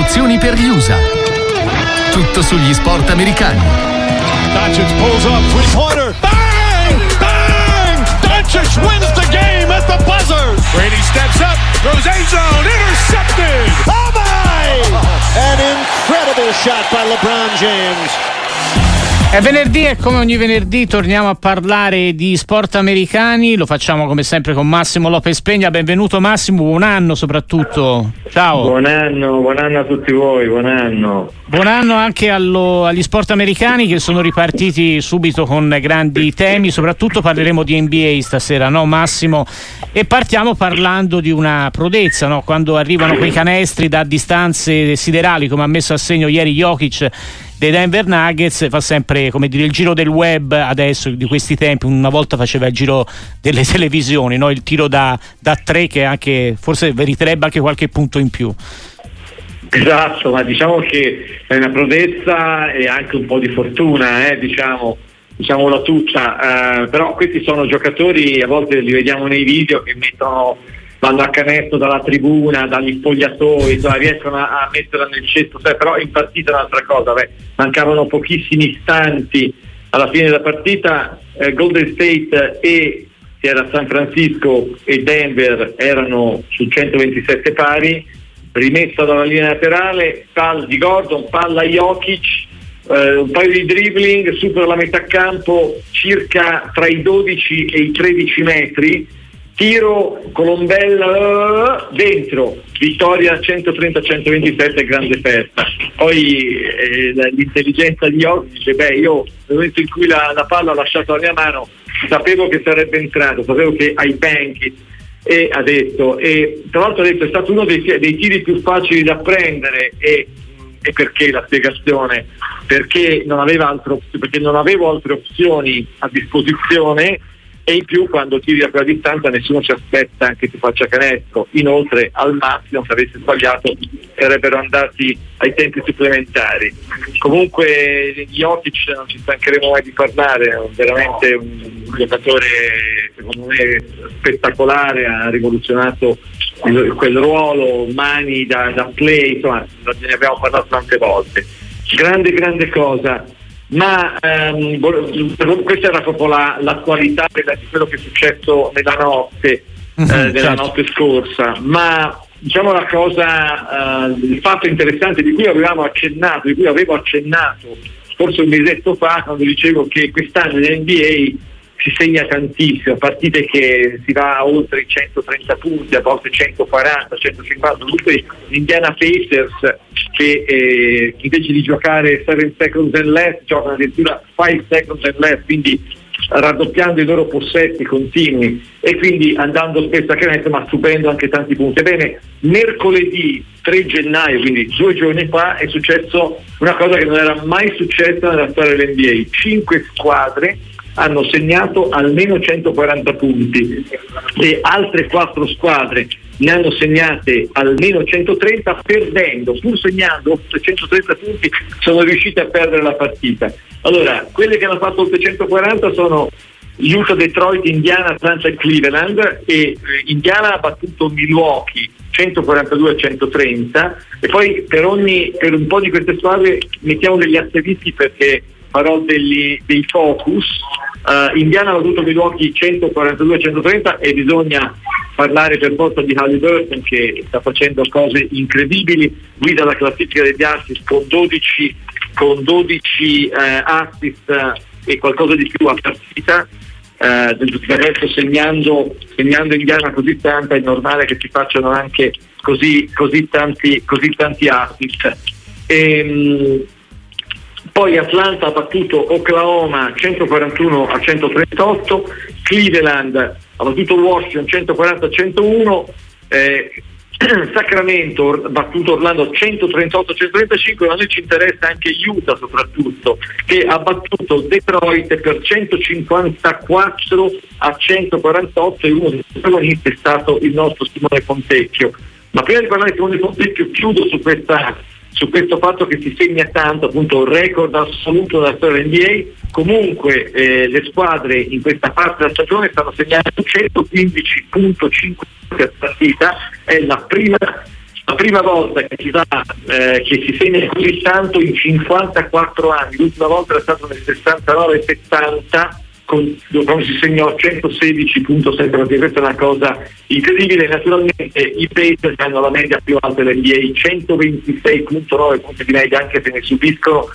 emozioni per gli USA. Tutto sugli sport americani. Doncic pulls up, three-pointer. Bang! Bang! Doncic wins the game at the buzzer. Brady steps up, throws end zone, intercepted. Oh my! An incredible shot by LeBron James. È venerdì e come ogni venerdì torniamo a parlare di sport americani. Lo facciamo come sempre con Massimo Lopez Pegna. Benvenuto Massimo, buon anno soprattutto. Ciao. Buon anno a tutti voi, buon anno. Buon anno anche agli sport americani che sono ripartiti subito con grandi temi. Soprattutto parleremo di NBA stasera, no Massimo? E partiamo parlando di una prodezza, no? Quando arrivano quei canestri da distanze siderali, come ha messo a segno ieri Jokic dei Denver Nuggets, fa sempre, come dire, il giro del web adesso di questi tempi. Una volta faceva il giro delle televisioni, no? Il tiro da tre, che anche forse meriterebbe anche qualche punto in più. Esatto, ma diciamo che è una prodezza e anche un po' di fortuna, diciamola tutta, però questi sono giocatori, a volte li vediamo nei video, che vanno a canestro dalla tribuna, dagli spogliatoi, riescono a metterla nel cesto, però in partita è un'altra cosa. Mancavano pochissimi istanti alla fine della partita, Golden State che era San Francisco e Denver erano su 127 pari, rimessa dalla linea laterale, palla di Gordon, palla Jokic, un paio di dribbling, supera la metà campo circa tra i 12 e i 13 metri, tiro, colombella, dentro, vittoria 130-127, grande festa. Poi l'intelligenza di Jokic dice, io nel momento in cui la palla ha lasciato la mia mano sapevo che sarebbe entrato, sapevo che ai banchi, e ha detto, e tra l'altro ha detto è stato uno dei tiri più facili da prendere, e perché la spiegazione? Perché non avevo altre opzioni a disposizione, e in più quando tiri a quella distanza nessuno si aspetta che ti faccia canestro. Inoltre al massimo, se avessi sbagliato, sarebbero andati ai tempi supplementari. Comunque Jokic non ci stancheremo mai di parlare, è veramente un giocatore secondo me spettacolare, ha rivoluzionato quel ruolo, mani da play, insomma ne abbiamo parlato tante volte. Grande cosa. Ma questa era proprio la qualità di quello che è successo nella notte, della notte scorsa. Ma diciamo la cosa, il fatto interessante di cui avevo accennato forse un mesetto fa, quando dicevo che quest'anno in NBA si segna tantissimo, partite che si va a oltre i 130 punti, a volte 140, 150, tutti l'Indiana Pacers che invece di giocare 7 seconds and less giocano addirittura 5 seconds and less, quindi raddoppiando i loro possessi continui e quindi andando spesso a canestro, ma subendo anche tanti punti. Ebbene, mercoledì 3 gennaio, quindi 2 giorni fa, è successo una cosa che non era mai successa nella storia dell'NBA. 5 squadre hanno segnato almeno 140 punti e altre 4 squadre ne hanno segnate almeno 130, perdendo, pur segnando oltre 130 punti, sono riuscite a perdere la partita. Allora, quelle che hanno fatto oltre 140 sono Utah, Detroit, Indiana, Atlanta e Cleveland, e Indiana ha battuto Milwaukee 142-130, e poi per un po' di queste squadre mettiamo degli asterischi perché farò dei focus. Indiana ha battuto Milwaukee 142-130 e bisogna parlare per forza di Haliburton, che sta facendo cose incredibili, guida la classifica degli assist con 12 assist e qualcosa di più a partita. Del resto segnando Indiana così tanta, è normale che ci facciano anche così tanti assist. Poi Atlanta ha battuto Oklahoma 141-138, Cleveland ha battuto Washington 140-101, Sacramento ha battuto Orlando 138-135, ma a noi ci interessa anche Utah soprattutto, che ha battuto Detroit per 154-148, e uno dei protagonisti è stato il nostro Simone Fontecchio. Ma prima di parlare di Simone Fontecchio chiudo su questo fatto che si segna tanto, appunto il record assoluto della storia dell'NBA. Comunque le squadre in questa parte della stagione stanno segnando 115.5 a partita, è la prima prima volta che si segna così tanto in 54 anni. L'ultima volta è stato nel 69-70 quando si segnò 116 punti. Questa è una cosa incredibile. Naturalmente i Pacers hanno la media più alta dell'NBA, 126.9 punti di media, anche se ne subiscono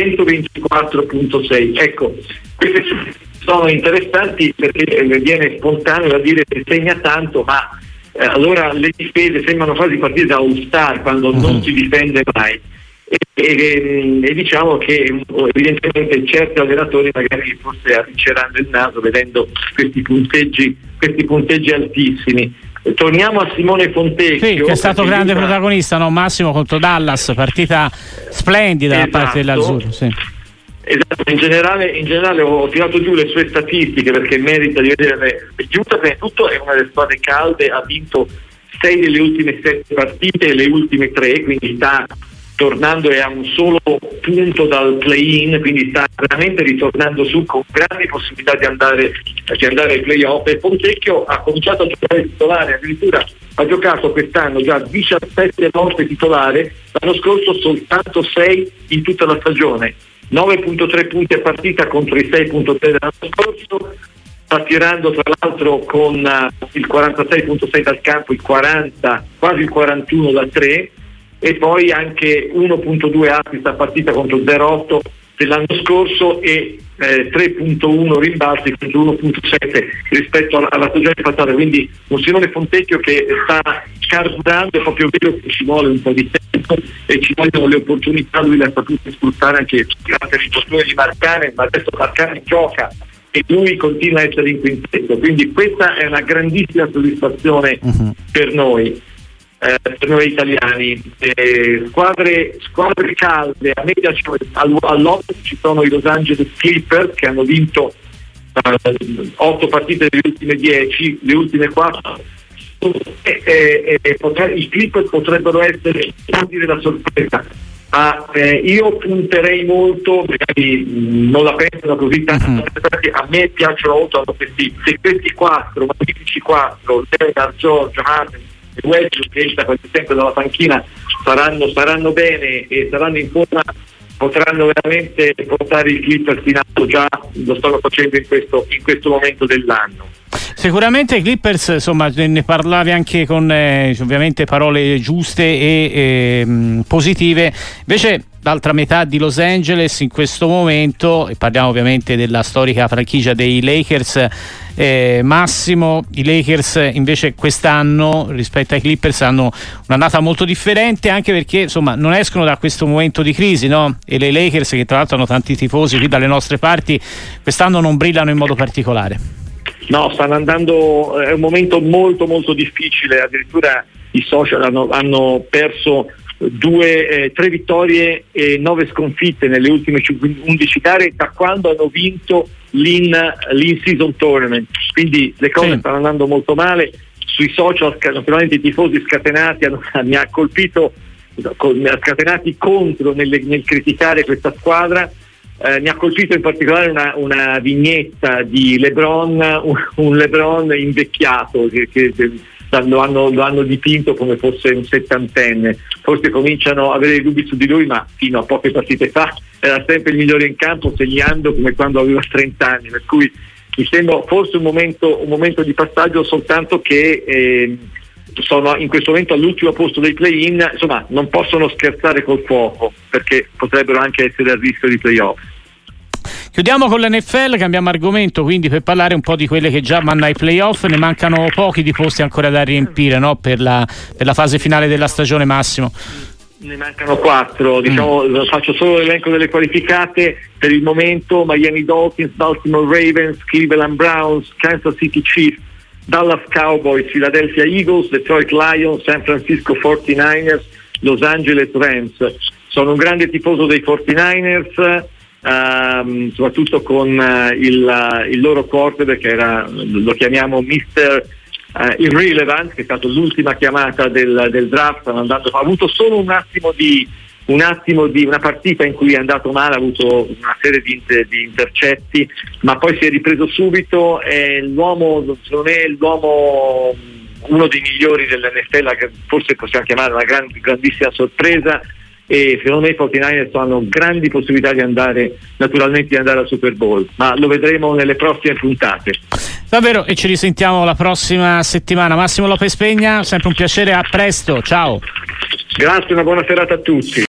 124.6. Ecco, queste sono interessanti perché viene spontaneo da dire che segna tanto, ma allora le difese sembrano quasi partire da All-Star quando non si difende mai. E diciamo che evidentemente certi allenatori magari forse arricceranno il naso vedendo questi punteggi altissimi. Torniamo a Simone Fontecchio, sì, che è stato grande protagonista, no? Massimo, contro Dallas, partita splendida da parte dell'Azzurro. Sì. Esatto, in generale ho tirato giù le sue statistiche perché merita di vedere. Utah prima di tutto è una delle squadre calde, ha vinto 6 delle ultime 7 partite e le ultime 3, quindi sta tornando e a un solo punto dal play-in, quindi sta veramente ritornando su con grandi possibilità di andare ai play-off. E Fontecchio ha cominciato a giocare titolare, addirittura ha giocato quest'anno già 17 volte titolare, l'anno scorso soltanto 6 in tutta la stagione, 9.3 punti a partita contro i 6.3 dell'anno scorso. Sta tirando tra l'altro con il 46.6 dal campo, il 40, quasi il 41 da 3, e poi anche 1.2 assist a partita contro 0.8 dell'anno scorso e 3.1 rimbalzi contro 1.7 rispetto alla stagione passata. Quindi un Simone Fontecchio che sta carburando. È proprio vero che ci vuole un po' di tempo e ci vogliono le opportunità. Lui le ha sapute sfruttare anche grazie all'importune di Markkanen, ma adesso Markkanen gioca e lui continua a essere in quintetto, quindi questa è una grandissima soddisfazione per noi italiani. Squadre calde a media, all'otto ci sono i Los Angeles Clippers che hanno vinto 8 partite delle ultime 10, le ultime 4 i Clippers potrebbero essere della sorpresa. Io punterei molto, magari non la pensano così tanto, perché a me piacciono molto se questi 4 magnifici 4, Leonard, George, Harden e Westbrook, che sta quasi sempre dalla panchina, saranno bene e saranno in forma, potranno veramente portare i Clippers in alto. Già lo stanno facendo in questo momento dell'anno. Sicuramente i Clippers, insomma, ne parlavi anche con ovviamente parole giuste e positive. Invece l'altra metà di Los Angeles in questo momento, e parliamo ovviamente della storica franchigia dei Lakers, Massimo, i Lakers invece quest'anno rispetto ai Clippers hanno un'annata molto differente, anche perché insomma non escono da questo momento di crisi, no? E le Lakers, che tra l'altro hanno tanti tifosi qui dalle nostre parti, quest'anno non brillano in modo particolare. No, stanno andando, è un momento molto molto difficile, addirittura i social hanno perso 3 vittorie e 9 sconfitte nelle ultime 11 gare da quando hanno vinto l'in-season tournament, quindi le cose stanno andando molto male. Sui social naturalmente i tifosi scatenati mi ha scatenati contro nel criticare questa squadra. Mi ha colpito in particolare una vignetta di LeBron, un LeBron invecchiato che lo hanno dipinto come fosse un settantenne. Forse cominciano a avere dubbi su di lui, ma fino a poche partite fa era sempre il migliore in campo, segnando come quando aveva 30 anni, per cui mi sembra forse un momento di passaggio, soltanto che sono in questo momento all'ultimo posto dei play-in, insomma non possono scherzare col fuoco perché potrebbero anche essere a rischio di play-off. Chiudiamo con l'NFL, cambiamo argomento quindi per parlare un po' di quelle che già vanno ai play-off. Ne mancano pochi di posti ancora da riempire, no? per la fase finale della stagione, Massimo. Ne mancano 4, faccio solo l'elenco delle qualificate per il momento: Miami Dolphins, Baltimore Ravens, Cleveland Browns, Kansas City Chiefs, Dallas Cowboys, Philadelphia Eagles, Detroit Lions, San Francisco 49ers, Los Angeles Rams. Sono un grande tifoso dei 49ers, soprattutto con il loro quarterback, che lo chiamiamo Mr. Irrelevant, che è stato l'ultima chiamata del draft. Ha avuto solo un attimo di una partita in cui è andato male, ha avuto una serie di intercetti, ma poi si è ripreso subito. Non è l'uomo uno dei migliori dell'NFL, che forse possiamo chiamare una grandissima sorpresa, e secondo me i 49ers hanno grandi possibilità di andare al Super Bowl, ma lo vedremo nelle prossime puntate. Davvero, e ci risentiamo la prossima settimana. Massimo Lopez Pegna, sempre un piacere, a presto, ciao. Grazie, una buona serata a tutti.